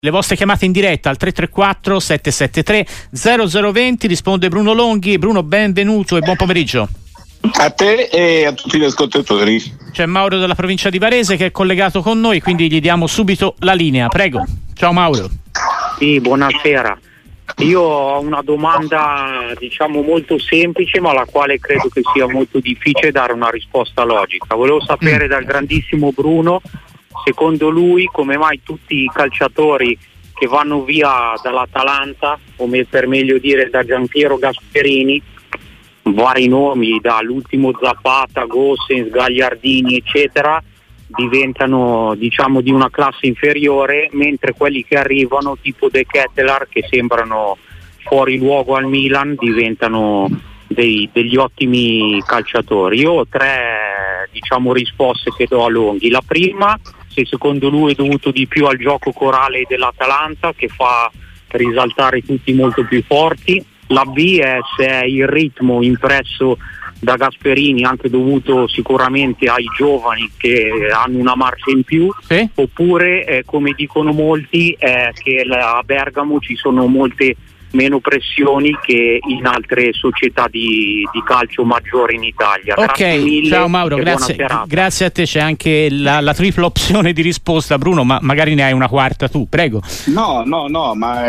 Le vostre chiamate in diretta al 334 773 0020, risponde Bruno Longhi. Bruno, benvenuto e buon pomeriggio. A te e a tutti gli ascoltatori. C'è Mauro della provincia di Varese che è collegato con noi, quindi gli diamo subito la linea. Prego. Ciao Mauro. Sì, buonasera. Io ho una domanda molto semplice, ma alla quale credo che sia molto difficile dare una risposta logica. Volevo sapere dal grandissimo Bruno, secondo lui, come mai tutti i calciatori che vanno via dall'Atalanta, o per meglio dire da Gianpiero Gasperini, vari nomi, dall'ultimo Zapata, Gosens, Gagliardini eccetera, diventano di una classe inferiore, mentre quelli che arrivano tipo De Ketelaere, che sembrano fuori luogo al Milan, diventano degli ottimi calciatori. Io ho tre risposte che do a Longhi. La prima, se secondo lui è dovuto di più al gioco corale dell'Atalanta, che fa risaltare tutti molto più forti. La B è se è il ritmo impresso da Gasperini, anche dovuto sicuramente ai giovani che hanno una marcia in più, sì. Oppure come dicono molti che a Bergamo ci sono molte meno pressioni che in altre società di calcio maggiore in Italia. Ok, ciao Mauro, grazie a te. C'è anche la tripla opzione di risposta, Bruno, ma magari ne hai una quarta tu, prego. No, ma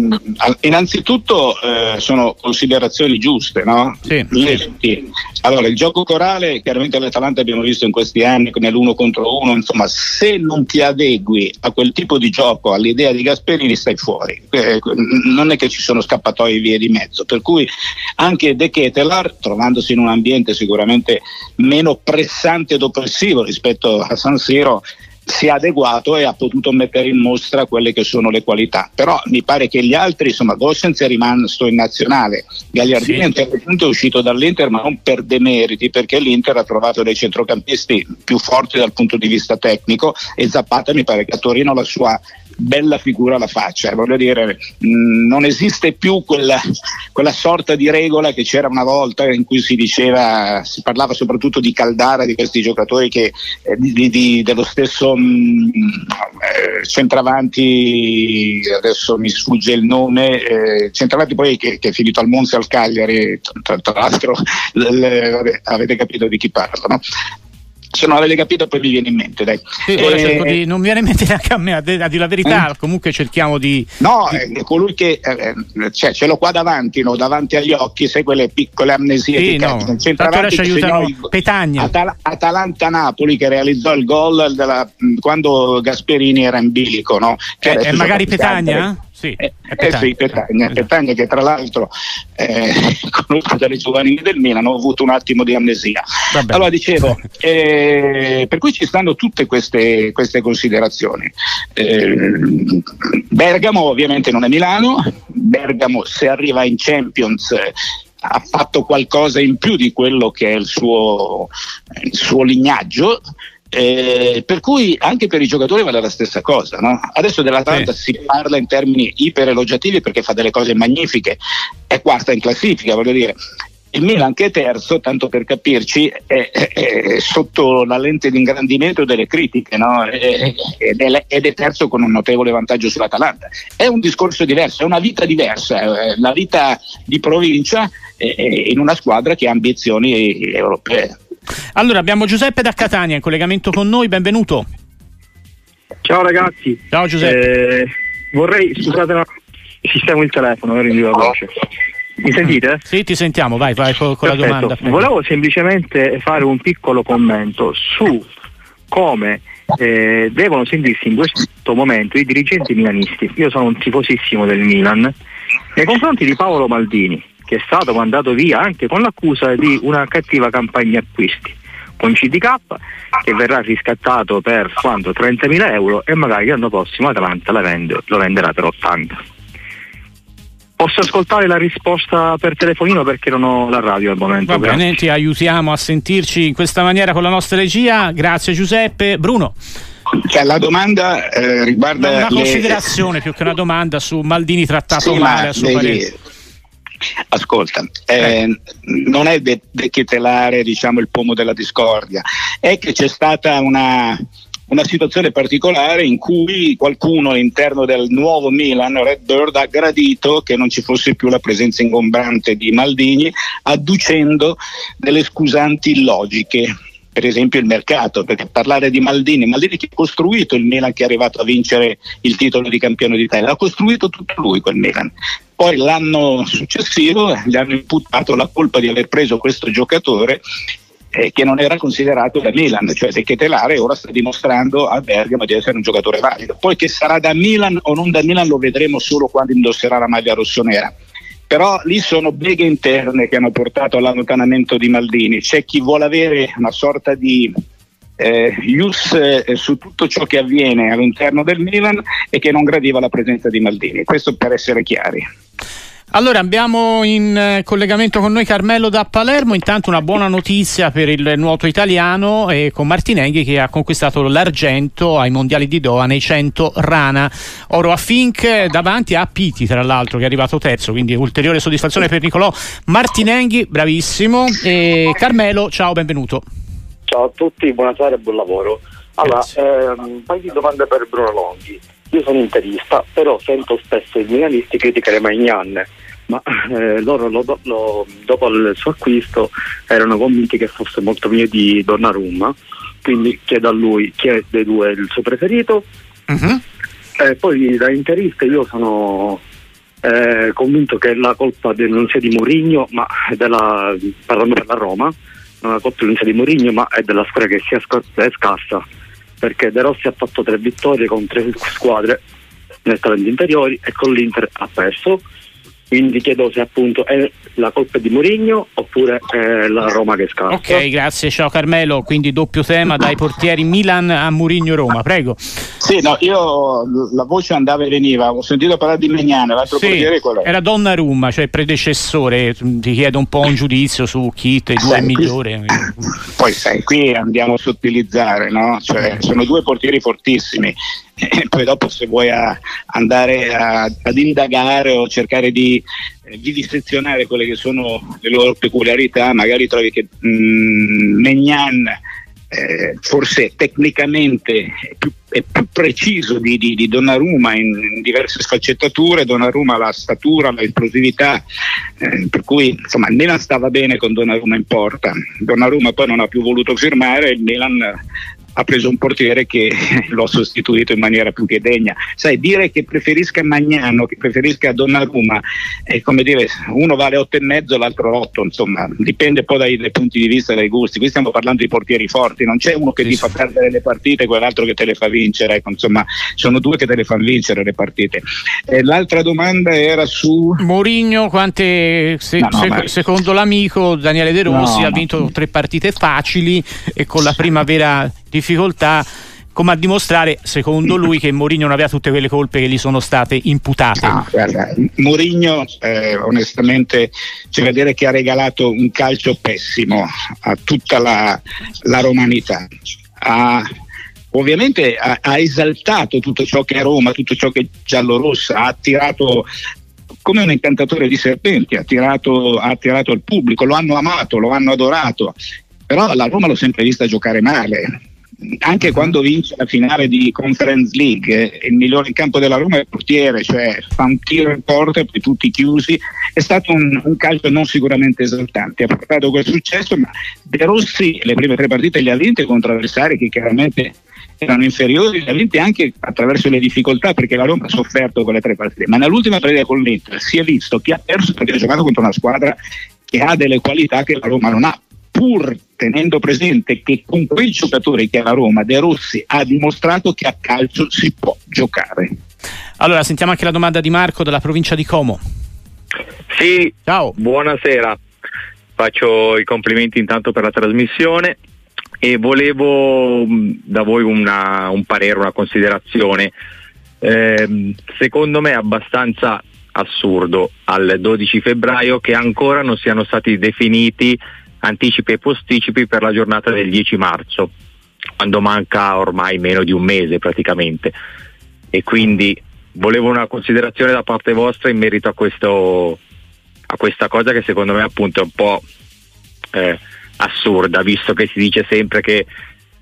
innanzitutto sono considerazioni giuste, no? Sì. Allora, il gioco corale, chiaramente l'Atalanta abbiamo visto in questi anni nell'1 contro 1, insomma, se non ti adegui a quel tipo di gioco, all'idea di Gasperini, stai fuori. Non è che ci sono scappatoie vie di mezzo, per cui anche De Ketelaere, trovandosi in un ambiente sicuramente meno pressante ed oppressivo rispetto a San Siro, si è adeguato e ha potuto mettere in mostra quelle che sono le qualità. Però mi pare che gli altri, insomma, Gosens è rimasto in nazionale, Gagliardini a un certo punto è uscito dall'Inter, ma non per demeriti, perché l'Inter ha trovato dei centrocampisti più forti dal punto di vista tecnico, e Zapata mi pare che a Torino la sua bella figura la faccia. Voglio dire, non esiste più quella sorta di regola che c'era una volta, in cui si parlava soprattutto di Caldara, di questi giocatori che dello stesso centravanti, adesso mi sfugge il nome, centravanti poi che è finito al Monza, al Cagliari, tra l'altro avete capito di chi parlo, no? Se non avete capito poi mi viene in mente, dai. Sì, non mi viene in mente neanche a me, a dire la verità, comunque cerchiamo di... No, è colui che ce l'ho qua davanti, no? Davanti agli occhi, sai quelle piccole amnesie sì, che ora ci aiutano Petagna. Atalanta-Napoli, che realizzò il gol quando Gasperini era in bilico, no? E magari Petagna? Sì, Petagna, che tra l'altro conosco dalle giovanili del Milan, ho avuto un attimo di amnesia. Allora dicevo, per cui ci stanno tutte queste considerazioni. Bergamo ovviamente non è Milano, Bergamo se arriva in Champions ha fatto qualcosa in più di quello che è il suo lignaggio. Per cui anche per i giocatori vale la stessa cosa, no? Adesso dell'Atalanta si parla in termini iperelogiativi perché fa delle cose magnifiche, è quarta in classifica, voglio dire. Il Milan, che è terzo, tanto per capirci, è sotto la lente di ingrandimento delle critiche, no? Ed è terzo con un notevole vantaggio sull'Atalanta. È un discorso diverso, è una vita diversa, la vita di provincia in una squadra che ha ambizioni europee. Allora abbiamo Giuseppe da Catania in collegamento con noi, benvenuto. Ciao ragazzi. Ciao Giuseppe. Scusate, sistemo il telefono, ero in viva voce. Mi sentite? Sì, ti sentiamo, vai con la domanda. Volevo semplicemente fare un piccolo commento su come devono sentirsi in questo momento i dirigenti milanisti. Io sono un tifosissimo del Milan nei confronti di Paolo Maldini, che è stato mandato via anche con l'accusa di una cattiva campagna acquisti, con CDK che verrà riscattato per 30.000 euro e magari l'anno prossimo Atalanta lo venderà per 80. Posso ascoltare la risposta per telefonino perché non ho la radio al momento. Va bene, ti aiutiamo a sentirci in questa maniera con la nostra regia. Grazie Giuseppe. Bruno. La domanda riguarda una considerazione più che una domanda su Maldini trattato male a suo parere. Ascolta, non è De Ketelaere, diciamo, il pomo della discordia, è che c'è stata una una situazione particolare in cui qualcuno all'interno del nuovo Milan, Redbird, ha gradito che non ci fosse più la presenza ingombrante di Maldini, adducendo delle scusanti illogiche. Per esempio il mercato, perché parlare di Maldini che ha costruito il Milan, che è arrivato a vincere il titolo di campione d'Italia, l'ha costruito tutto lui quel Milan. Poi l'anno successivo gli hanno imputato la colpa di aver preso questo giocatore che non era considerato da Milan, cioè De Ketelaere ora sta dimostrando a Bergamo di essere un giocatore valido. Poi che sarà da Milan o non da Milan lo vedremo solo quando indosserà la maglia rossonera. Però lì sono beghe interne che hanno portato all'allontanamento di Maldini. C'è chi vuole avere una sorta di ius su tutto ciò che avviene all'interno del Milan e che non gradiva la presenza di Maldini. Questo per essere chiari. Allora abbiamo in collegamento con noi Carmelo da Palermo. Intanto una buona notizia per il nuoto italiano con Martinenghi, che ha conquistato l'argento ai mondiali di Doha nei 100 rana, oro a Fink davanti a Pitti, tra l'altro, che è arrivato terzo, quindi ulteriore soddisfazione per Nicolò Martinenghi, bravissimo. E Carmelo, ciao, benvenuto. Ciao a tutti, buonasera e buon lavoro. Allora, un paio di domande per Bruno Longhi. Io sono interista, però sento spesso i milanisti criticare Maignan, ma loro dopo il suo acquisto erano convinti che fosse molto meglio di Donnarumma, quindi chiedo a lui chi è dei due il suo preferito. Poi da interista io sono convinto che la colpa non sia di Mourinho, ma parlando per la Roma, non la colpa non sia di Mourinho, ma è della squadra che è scarsa, perché De Rossi ha fatto 3 vittorie con 3 squadre nel talento inferiori e con l'Inter ha perso. Quindi chiedo se appunto è la colpa di Mourinho oppure è la Roma che scarsa. Ok, grazie, ciao Carmelo. Quindi doppio tema dai portieri Milan a Mourinho-Roma, prego. Sì, no, io la voce andava e veniva, ho sentito parlare di Maignan, l'altro portiere qual è? Era Donnarumma, cioè il predecessore. Ti chiedo un po' un giudizio su chi dei due è migliore. Poi sai, qui andiamo a sottilizzare, no? Cioè, sono 2 portieri fortissimi. E poi dopo, se vuoi andare ad indagare o cercare di disezionare quelle che sono le loro peculiarità, magari trovi che Maignan forse tecnicamente è più preciso di Donnarumma in diverse sfaccettature. Donnarumma ha la statura, l'esplosività, per cui insomma il Milan stava bene con Donnarumma in porta. Donnarumma poi non ha più voluto firmare, il Milan ha preso un portiere che lo ha sostituito in maniera più che degna. Sai, dire che preferisca Magnano, che preferisca Donnarumma, è come dire uno vale 8,5, l'altro 8, insomma dipende poi dai punti di vista, dai gusti. Qui stiamo parlando di portieri forti, non c'è uno che ti fa perdere le partite e quell'altro che te le fa vincere, ecco, insomma sono 2 che te le fanno vincere le partite. L'altra domanda era su Mourinho, secondo l'amico Daniele De Rossi ha vinto 3 partite facili e con la prima vera difficoltà, come a dimostrare secondo lui che Mourinho non aveva tutte quelle colpe che gli sono state imputate. Guarda, Mourinho onestamente c'è da dire che ha regalato un calcio pessimo a tutta la romanità. Ovviamente ha esaltato tutto ciò che è Roma, tutto ciò che è giallorossa, ha attirato come un incantatore di serpenti, ha attirato il pubblico, lo hanno amato, lo hanno adorato, però la Roma l'ho sempre vista giocare male. Anche quando vince la finale di Conference League, il migliore in campo della Roma è il portiere, cioè fa un tiro in porta e poi tutti chiusi. È stato un calcio non sicuramente esaltante, ha portato quel successo, ma De Rossi le prime 3 partite le ha vinte contro avversari che chiaramente erano inferiori, le ha vinte anche attraverso le difficoltà, perché la Roma ha sofferto quelle 3 partite, ma nell'ultima partita con l'Inter si è visto chi ha perso perché ha giocato contro una squadra che ha delle qualità che la Roma non ha, pur tenendo presente che con quei giocatori che è la Roma, De Rossi ha dimostrato che a calcio si può giocare. Allora sentiamo anche la domanda di Marco dalla provincia di Como. Sì, ciao, buonasera, faccio i complimenti intanto per la trasmissione e volevo da voi un parere, una considerazione. Secondo me è abbastanza assurdo al 12 febbraio che ancora non siano stati definiti anticipi e posticipi per la giornata del 10 marzo, quando manca ormai meno di un mese praticamente, e quindi volevo una considerazione da parte vostra in merito a questa cosa che secondo me appunto è un po' assurda, visto che si dice sempre che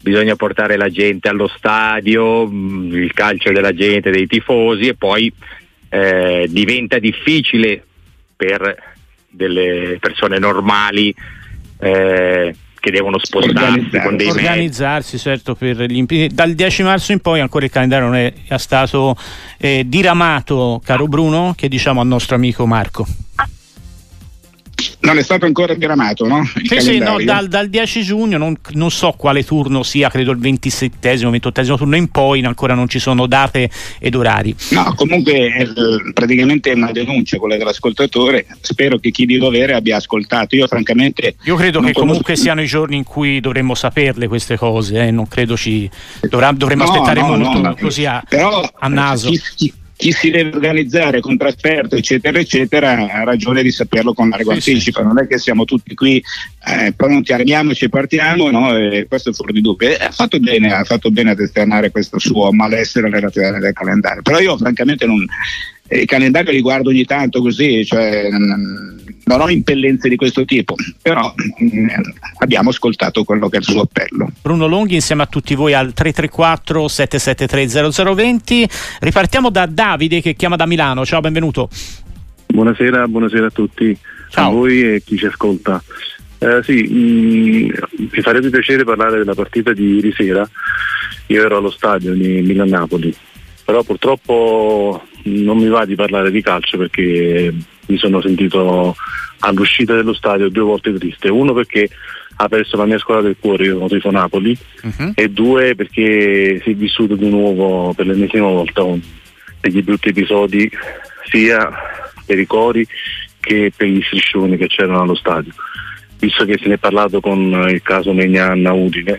bisogna portare la gente allo stadio, il calcio della gente, dei tifosi, e poi diventa difficile per delle persone normali che devono spostarsi con dei organizzarsi, certo, per gli impegni. Dal 10 marzo in poi ancora il calendario non è stato diramato, caro Bruno, che diciamo al nostro amico Marco? Non è stato ancora diramato, no? Sì, no, dal 10 giugno, non so quale turno sia, credo il 27esimo, 28esimo turno in poi, ancora non ci sono date ed orari. No, comunque praticamente è una denuncia quella dell'ascoltatore, spero che chi di dovere abbia ascoltato. Io francamente... Io credo che comunque siano i giorni in cui dovremmo saperle queste cose, non credo dovremmo aspettare molto così a naso. Chi si deve organizzare con trasferte eccetera eccetera ha ragione di saperlo con largo anticipo, non è che siamo tutti qui pronti, armiamoci e partiamo, no? Questo è fuori di dubbio. Ha fatto bene ad esternare questo suo malessere relativamente al calendario, però io francamente il calendario li guardo ogni tanto così, cioè non ho impellenze di questo tipo, però abbiamo ascoltato quello che è il suo appello. Bruno Longhi insieme a tutti voi al 334 773 0020. Ripartiamo da Davide che chiama da Milano. Ciao, benvenuto. Buonasera a tutti. Ciao. A voi e chi ci ascolta. Mi farebbe piacere parlare della partita di ieri sera. Io ero allo stadio di Milan-Napoli, però purtroppo non mi va di parlare di calcio perché mi sono sentito all'uscita dello stadio 2 volte triste. Uno perché ha perso la mia squadra del cuore, io sono tifo Napoli, e 2 perché si è vissuto di nuovo per l'ennesima volta degli brutti episodi, sia per i cori che per gli striscioni che c'erano allo stadio. Visto che se ne è parlato con il caso Maignan Udine,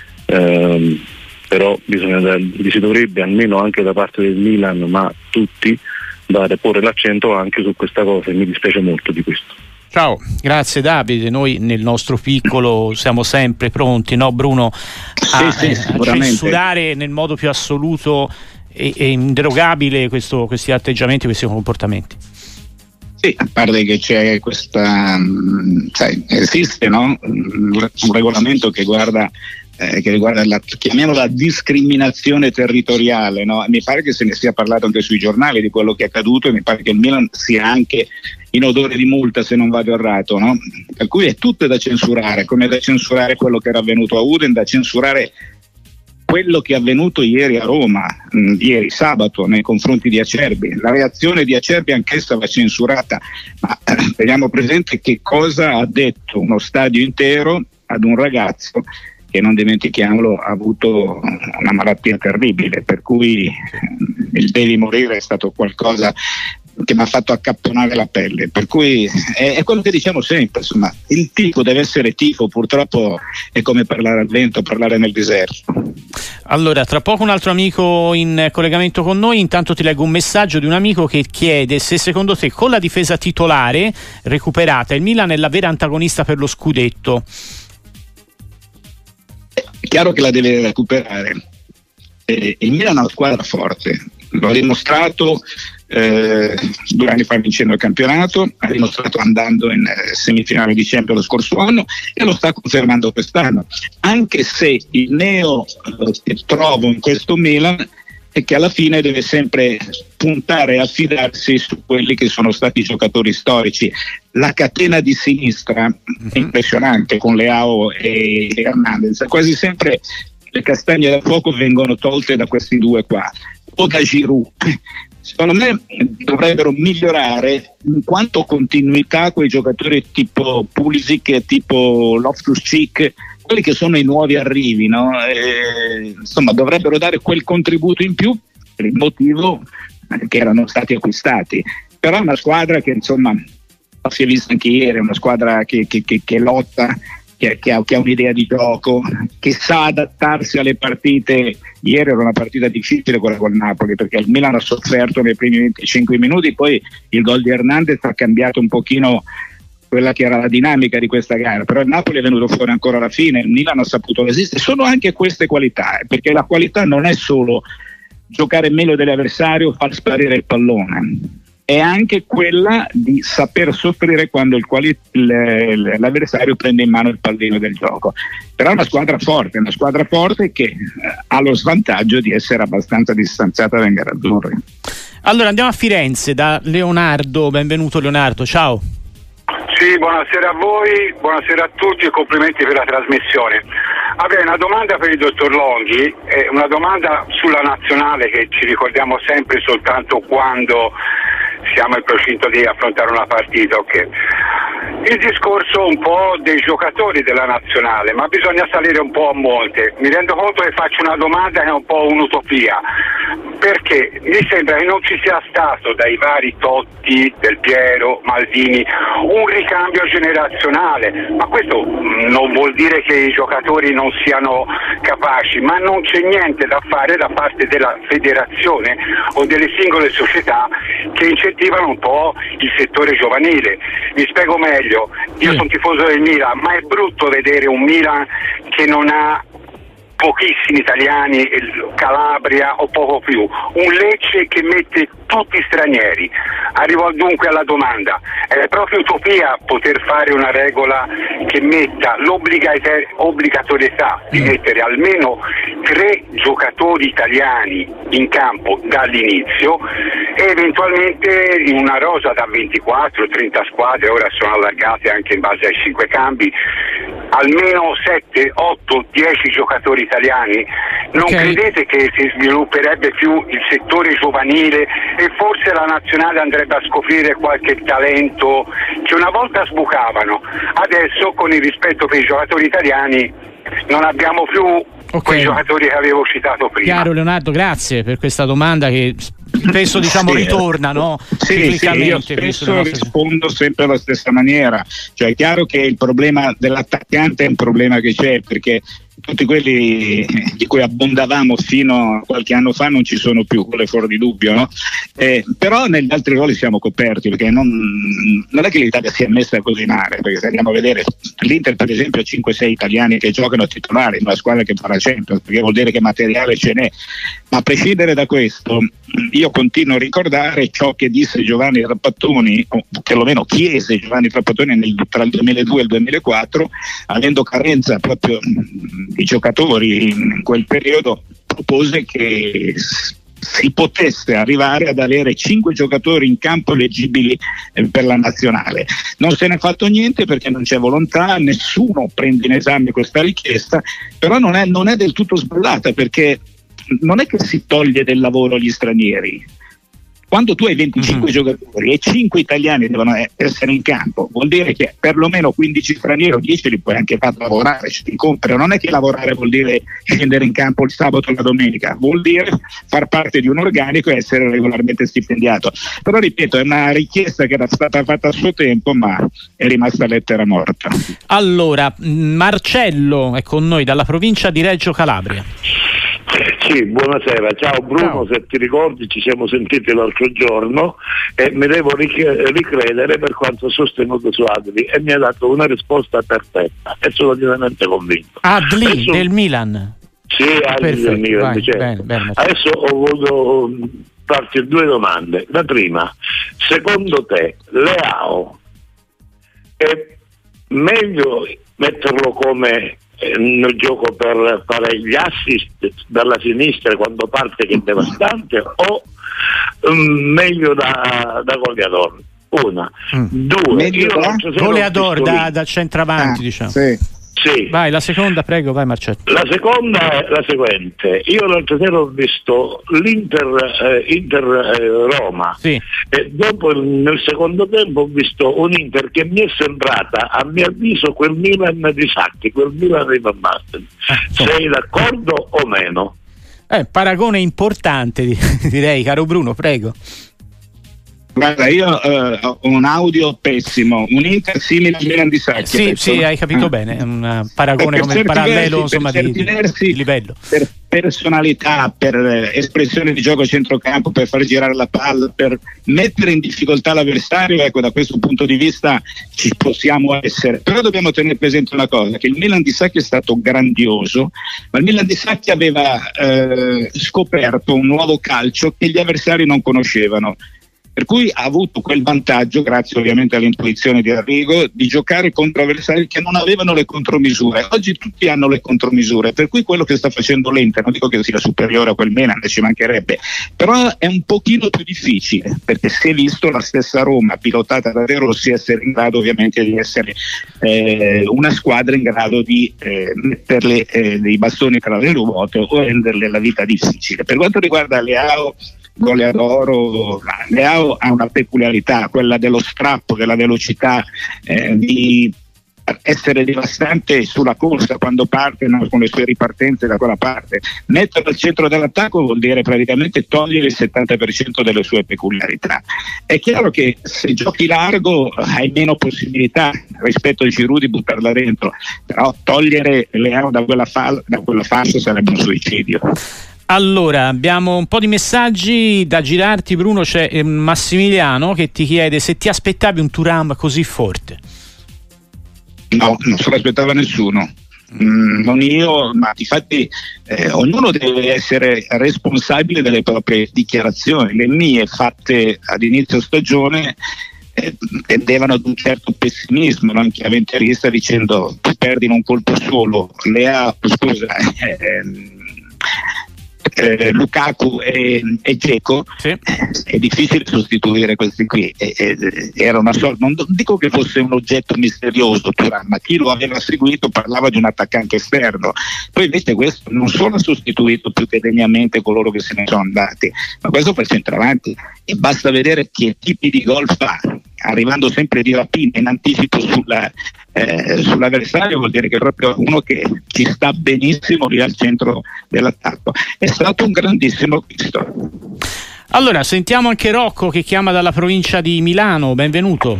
però si dovrebbe almeno anche da parte del Milan, ma tutti, porre l'accento anche su questa cosa, e mi dispiace molto di questo. Ciao, grazie Davide. Noi nel nostro piccolo siamo sempre pronti, no Bruno, a censurare nel modo più assoluto e inderogabile questi atteggiamenti, questi comportamenti. Sì, a parte che c'è questa, esiste, no? Un regolamento che riguarda chiamiamola discriminazione territoriale, no? Mi pare che se ne sia parlato anche sui giornali di quello che è accaduto, e mi pare che il Milan sia anche in odore di multa, se non vado errato, no? Per cui è tutto da censurare, come da censurare quello che era avvenuto a Udine, da censurare quello che è avvenuto ieri a Roma, ieri sabato, nei confronti di Acerbi. La reazione di Acerbi anch'essa va censurata, ma teniamo presente che cosa ha detto uno stadio intero ad un ragazzo che, non dimentichiamolo, ha avuto una malattia terribile, per cui il devi morire è stato qualcosa che mi ha fatto accapponare la pelle, per cui è quello che diciamo sempre, insomma, il tifo deve essere tifo, purtroppo è come parlare al vento, parlare nel deserto. Allora, tra poco un altro amico in collegamento con noi, intanto ti leggo un messaggio di un amico che chiede se secondo te con la difesa titolare recuperata il Milan è la vera antagonista per lo scudetto. È chiaro che la deve recuperare, il Milan ha una squadra forte, lo ha dimostrato 2 anni fa vincendo il campionato, ha dimostrato andando in semifinale di Champions lo scorso anno e lo sta confermando quest'anno, anche se il neo che trovo in questo Milan è che alla fine deve sempre puntare e affidarsi su quelli che sono stati i giocatori storici. La catena di sinistra è impressionante, con Leao e Hernandez, quasi sempre le castagne da fuoco vengono tolte da questi 2 qua, o da Giroud. Secondo me dovrebbero migliorare in quanto continuità quei giocatori tipo Pulisic e tipo Loftus-Cheek, quelli che sono i nuovi arrivi, no? Insomma, dovrebbero dare quel contributo in più per il motivo che erano stati acquistati. Però è una squadra che, insomma, si è vista anche ieri, è una squadra che lotta, che ha un'idea di gioco, che sa adattarsi alle partite. Ieri era una partita difficile quella col Napoli, perché il Milan ha sofferto nei primi 25 minuti, poi il gol di Hernandez ha cambiato un pochino quella che era la dinamica di questa gara, però il Napoli è venuto fuori ancora alla fine, il Milan ha saputo resistere. Sono anche queste qualità, perché la qualità non è solo giocare meglio dell'avversario o far sparire il pallone, è anche quella di saper soffrire quando l'avversario prende in mano il pallino del gioco. Però è una squadra forte che ha lo svantaggio di essere abbastanza distanziata dai nerazzurri. Allora andiamo a Firenze da Leonardo. Benvenuto Leonardo, ciao. Sì, buonasera a voi, buonasera a tutti e complimenti per la trasmissione. Avrei una domanda per il dottor Longhi, una domanda sulla nazionale che ci ricordiamo sempre soltanto quando siamo in procinto di affrontare una partita. Okay. Il discorso un po' dei giocatori della nazionale, ma bisogna salire un po' a monte. Mi rendo conto che faccio una domanda che è un po' un'utopia, perché mi sembra che non ci sia stato dai vari Totti, Del Piero, Maldini un ricambio generazionale, ma questo non vuol dire che i giocatori non siano capaci, ma non c'è niente da fare da parte della federazione o delle singole società che incentivano un po' il settore giovanile. Mi spiego meglio, io sono tifoso del Milan, ma è brutto vedere un Milan che non ha pochissimi italiani, Calabria o poco più, un Lecce che mette tutti stranieri. Arrivo dunque alla domanda: è proprio utopia poter fare una regola che metta l'obbligatorietà di mettere almeno 3 giocatori italiani in campo dall'inizio e eventualmente in una rosa da 24-30 squadre, ora sono allargate anche in base ai 5 cambi, almeno 7, 8, 10 giocatori italiani? Non credete che si svilupperebbe più il settore giovanile e forse la nazionale andrebbe a scoprire qualche talento che una volta sbucavano? Adesso, con il rispetto per i giocatori italiani, non abbiamo più quei giocatori che avevo citato prima. Chiaro Leonardo, grazie per questa domanda che spesso ritorna, no? Sì, io spesso rispondo sempre alla stessa maniera, cioè è chiaro che il problema dell'attaccante è un problema che c'è, perché tutti quelli di cui abbondavamo fino a qualche anno fa non ci sono più, quello è fuori di dubbio, no? Però negli altri ruoli siamo coperti, perché non è che l'Italia sia messa così male, perché se andiamo a vedere l'Inter per esempio ha 5-6 italiani che giocano a titolare in una squadra che fa la Champions, perché vuol dire che materiale ce n'è. Ma a prescindere da questo, io continuo a ricordare ciò che disse Giovanni Trapattoni, o perlomeno chiese Giovanni Trapattoni tra il 2002 e il 2004, avendo carenza proprio di giocatori in quel periodo, propose che si potesse arrivare ad avere 5 giocatori in campo eleggibili per la nazionale. Non se ne è fatto niente perché non c'è volontà, nessuno prende in esame questa richiesta, però non è del tutto sbagliata, perché non è che si toglie del lavoro agli stranieri. Quando tu hai 25 giocatori e 5 italiani devono essere in campo, vuol dire che perlomeno 15 stranieri o 10 li puoi anche far lavorare, però non è che lavorare vuol dire scendere in campo il sabato o la domenica, vuol dire far parte di un organico e essere regolarmente stipendiato. Però ripeto, è una richiesta che era stata fatta a suo tempo, ma è rimasta lettera morta. Allora, Marcello è con noi dalla provincia di Reggio Calabria. Sì, buonasera, ciao Bruno. Ciao. Se ti ricordi ci siamo sentiti l'altro giorno e mi devo ricredere per quanto sostenuto su Adli e mi ha dato una risposta perfetta e sono divinamente convinto. Adli del Milan? Sì, Adli del Milan, certo. Bene. Adesso ho voluto farti 2 domande. La prima: secondo te Leao è meglio metterlo come nel gioco per fare gli assist dalla sinistra quando parte, che è devastante, o meglio da goleador? Una. 2, goleador da centravanti, diciamo. Sì. Vai, la seconda, prego, vai Marcello. La seconda è la seguente: io l'altro sera ho visto l'Inter Roma, sì. E dopo nel secondo tempo ho visto un Inter che mi è sembrata, a mio avviso, quel Milan di Sacchi, quel Milan di Van Basten. Sei d'accordo o meno? Paragone importante, direi, caro Bruno, prego. Guarda, io ho un audio pessimo, un Inter simile al Milan di Sacchi. Sì, hai capito bene, è un paragone come parallelo, insomma, di livello. Per personalità, per espressione di gioco a centrocampo, per far girare la palla, per mettere in difficoltà l'avversario, ecco, da questo punto di vista ci possiamo essere. Però dobbiamo tenere presente una cosa, che il Milan di Sacchi è stato grandioso, ma il Milan di Sacchi aveva scoperto un nuovo calcio che gli avversari non conoscevano. per cui ha avuto quel vantaggio, grazie ovviamente all'intuizione di Arrigo, di giocare contro avversari che non avevano le contromisure. Oggi tutti hanno le contromisure, per cui quello che sta facendo l'Inter, non dico che sia superiore a quel Milan, ci mancherebbe, però è un pochino più difficile, perché si è visto la stessa Roma pilotata da De Rossi essere in grado ovviamente di essere una squadra in grado di metterle dei bastoni tra le ruote o renderle la vita difficile. Per quanto riguarda Leao, goleador, Leao ha una peculiarità, quella dello strappo, della velocità, di essere devastante sulla corsa quando parte, con le sue ripartenze da quella parte. Metterlo al centro dell'attacco vuol dire praticamente togliere il 70% delle sue peculiarità. È chiaro che se giochi largo hai meno possibilità rispetto a Giroud di buttarla dentro, però togliere Leao da quella fascia sarebbe un suicidio. Allora, abbiamo un po' di messaggi da girarti, Bruno. C'è Massimiliano che ti chiede se ti aspettavi un Thuram così forte. No, non se l'aspettava nessuno, non io, ma infatti ognuno deve essere responsabile delle proprie dichiarazioni. Le mie fatte ad inizio stagione tendevano ad un certo pessimismo, no? Chiaventerista, dicendo tu perdi in un colpo solo, Lukaku e Dzeko, sì. È difficile sostituire questi qui, era una sorta, non dico che fosse un oggetto misterioso Thuram, ma chi lo aveva seguito parlava di un attaccante esterno. Poi invece questo non solo ha sostituito più che degnamente coloro che se ne sono andati, ma questo fa il centravanti, e basta vedere che tipi di gol fa, arrivando sempre di rapina in anticipo sull'avversario. Vuol dire che è proprio uno che ci sta benissimo lì al centro dell'attacco. È stato un grandissimo acquisto. Allora sentiamo anche Rocco che chiama dalla provincia di Milano. Benvenuto.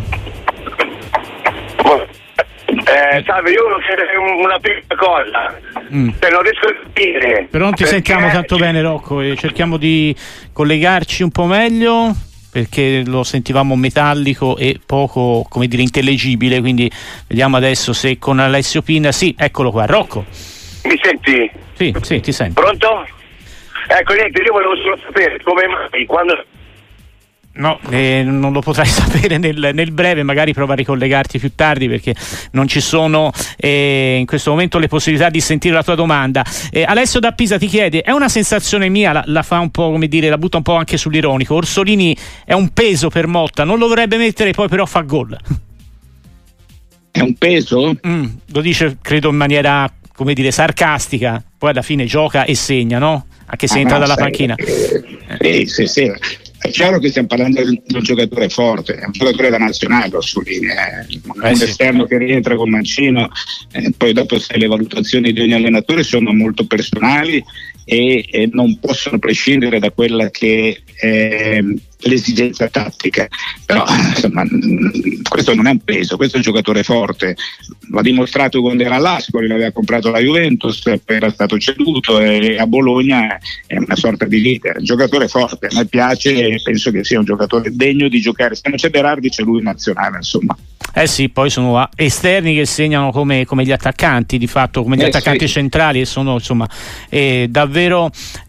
Salve, io volevo chiedere una piccola cosa, se non riesco a capire. Però non ti sentiamo tanto bene, Rocco, e cerchiamo di collegarci un po' meglio, perché lo sentivamo metallico e poco, come dire, intellegibile, quindi vediamo adesso se con Alessio Pinna. Sì, eccolo qua. Rocco, mi senti? Sì, ti sento. Pronto? Ecco, niente, io volevo solo sapere come mai quando... No, non lo potrai sapere nel breve, magari prova a ricollegarti più tardi, perché non ci sono in questo momento le possibilità di sentire la tua domanda. Alessio da Pisa ti chiede: è una sensazione mia, la fa un po', come dire, la butta un po' anche sull'ironico, Orsolini è un peso per Motta, non lo dovrebbe mettere, poi però fa gol. È un peso? Lo dice credo in maniera, come dire, sarcastica, poi alla fine gioca e segna, no? Anche se entra dalla panchina. Sì. È chiaro che stiamo parlando di un giocatore forte, è un giocatore da nazionale, Orsolini, un esterno che rientra con Mancino, poi dopo se le valutazioni di ogni allenatore sono molto personali e non possono prescindere da quella che è l'esigenza tattica, però insomma questo non è un peso, questo è un giocatore forte, l'ha dimostrato quando era all'Ascoli, l'aveva comprato la Juventus, poi era stato ceduto, e a Bologna è una sorta di leader, un giocatore forte, a me piace e penso che sia un giocatore degno di giocare. Se non c'è Berardi c'è lui in nazionale, insomma. Sì, poi sono esterni che segnano come gli attaccanti, di fatto come gli attaccanti centrali, e sono insomma davvero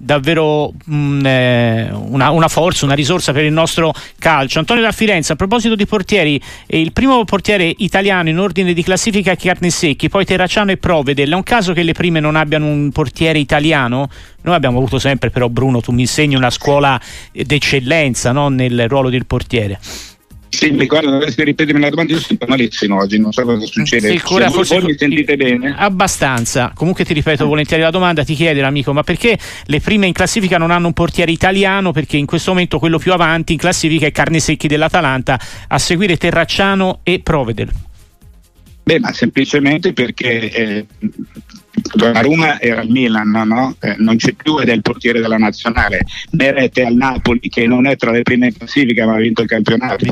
una forza, una risorsa per il nostro calcio. Antonio da Firenze, a proposito di portieri, il primo portiere italiano in ordine di classifica è Carnesecchi, poi Terracciano e Provedel. È un caso che le prime non abbiano un portiere italiano? Noi abbiamo avuto sempre, però Bruno, tu mi insegni, una scuola d'eccellenza, no? Nel ruolo del portiere. Sì, guarda, dovresti ripetermi la domanda, io sento malissimo oggi, non so cosa succede. Voi mi sentite bene? Abbastanza. Comunque ti ripeto volentieri la domanda, ti chiede l'amico: ma perché le prime in classifica non hanno un portiere italiano? Perché in questo momento quello più avanti in classifica è Carnesecchi dell'Atalanta, a seguire Terracciano e Provedel. Beh, ma semplicemente perché Donnarumma era al Milan, no? Non c'è più ed è il portiere della nazionale. Meret è al Napoli, che non è tra le prime in classifica ma ha vinto il campionato,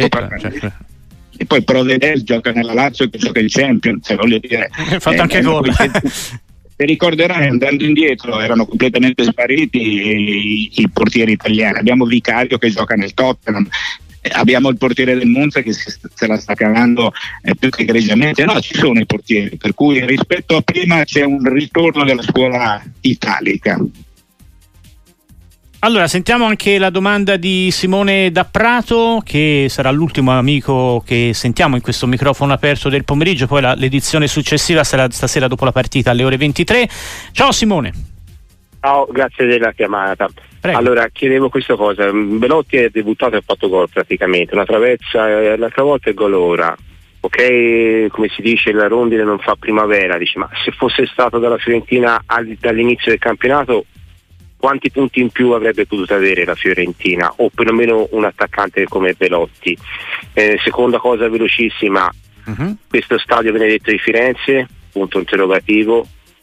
e poi Provedel gioca nella Lazio, che gioca in Champions, voglio dire, fatto anche gol. Se ricorderai, andando indietro erano completamente spariti i portieri italiani. Abbiamo Vicario che gioca nel Tottenham, abbiamo il portiere del Monza che se la sta cavando più che egregiamente. No, ci sono i portieri, per cui rispetto a prima c'è un ritorno della scuola italica. Allora, sentiamo anche la domanda di Simone da Prato, che sarà l'ultimo amico che sentiamo in questo microfono aperto del pomeriggio, poi l'edizione successiva sarà stasera dopo la partita alle ore 23. Ciao Simone. Ciao, grazie della chiamata. Prego. Allora, chiedevo questa cosa. Belotti è debuttato e ha fatto gol praticamente, una travezza, l'altra volta è gol ora. Ok, come si dice, la rondine non fa primavera, dice, ma se fosse stato dalla Fiorentina dall'inizio del campionato, quanti punti in più avrebbe potuto avere la Fiorentina, o perlomeno un attaccante come Belotti? Seconda cosa velocissima, questo stadio Benedetto di Firenze, punto interrogativo.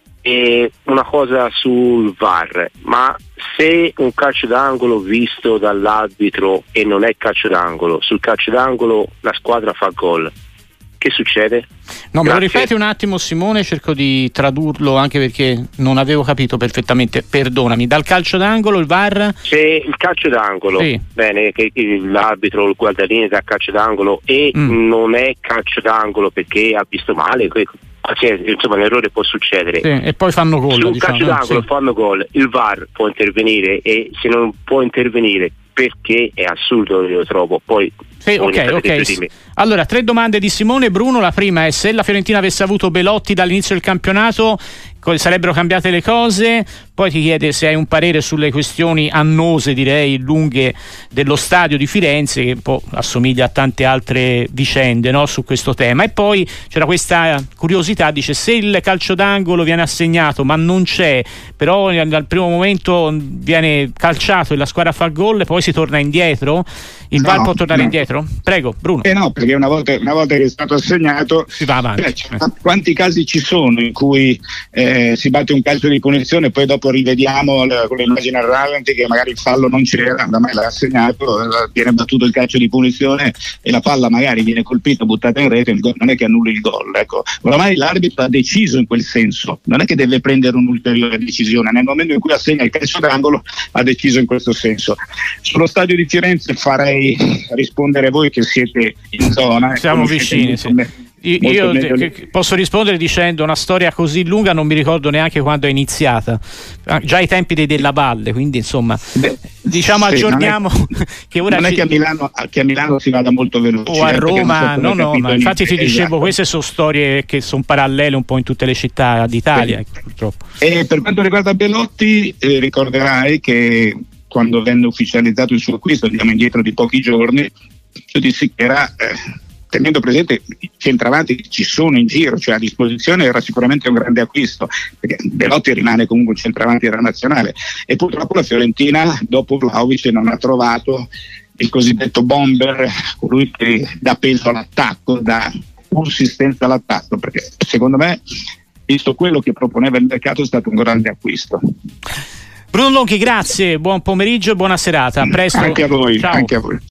E una cosa sul VAR, ma se un calcio d'angolo visto dall'arbitro e non è calcio d'angolo, sul calcio d'angolo la squadra fa gol, che succede? No, me lo ripeti un attimo Simone, cerco di tradurlo anche perché non avevo capito perfettamente, perdonami. Dal calcio d'angolo il VAR? Se il calcio d'angolo, sì. Bene, che l'arbitro, il guardaline dà calcio d'angolo e non è calcio d'angolo perché ha visto male, insomma l'errore può succedere, sì, e poi fanno gol. Sul calcio d'angolo fanno gol, il VAR può intervenire, e se non può intervenire, perché è assurdo, io trovo. Poi ok. Allora, 3 domande di Simone. Bruno, la prima è: se la Fiorentina avesse avuto Belotti dall'inizio del campionato, sarebbero cambiate le cose? Poi ti chiede se hai un parere sulle questioni annose, direi lunghe, dello stadio di Firenze, che un po' assomiglia a tante altre vicende, no, su questo tema. E poi c'era questa curiosità, dice: se il calcio d'angolo viene assegnato ma non c'è, però dal primo momento viene calciato e la squadra fa gol, poi si torna indietro? Il VAR può tornare indietro? Prego, Bruno. No, perché una volta che è stato assegnato si va avanti. Quanti casi ci sono in cui si batte un calcio di punizione e poi dopo rivediamo con le immagini arranti che magari il fallo non c'era, da me l'ha assegnato, viene battuto il calcio di punizione e la palla magari viene colpita, buttata in rete, non è che annulli il gol, ecco. Oramai l'arbitro ha deciso in quel senso, non è che deve prendere un'ulteriore decisione, nel momento in cui assegna il calcio d'angolo ha deciso in questo senso. Sullo stadio di Firenze farei rispondere voi che siete in zona. Siamo vicini, sì. Io posso rispondere dicendo: una storia così lunga non mi ricordo neanche quando è iniziata, già ai tempi dei Della Valle, quindi insomma diciamo sì, aggiorniamo che ora non è che a Milano si vada molto veloce o a Roma, no, ma infatti ti dicevo, queste sono storie che sono parallele un po' in tutte le città d'Italia, purtroppo. E per quanto riguarda Belotti, ricorderai che quando venne ufficializzato il suo acquisto, andiamo indietro di pochi giorni, io dissi che era tenendo presente i centravanti che ci sono in giro, cioè a disposizione, era sicuramente un grande acquisto, perché Belotti rimane comunque un centravanti della nazionale, e purtroppo la Fiorentina dopo Vlahovic non ha trovato il cosiddetto bomber, colui che dà peso all'attacco, dà consistenza all'attacco, perché secondo me, visto quello che proponeva il mercato, è stato un grande acquisto. Bruno Longhi, grazie, buon pomeriggio e buona serata, a presto. Anche a voi. Ciao. Anche a voi.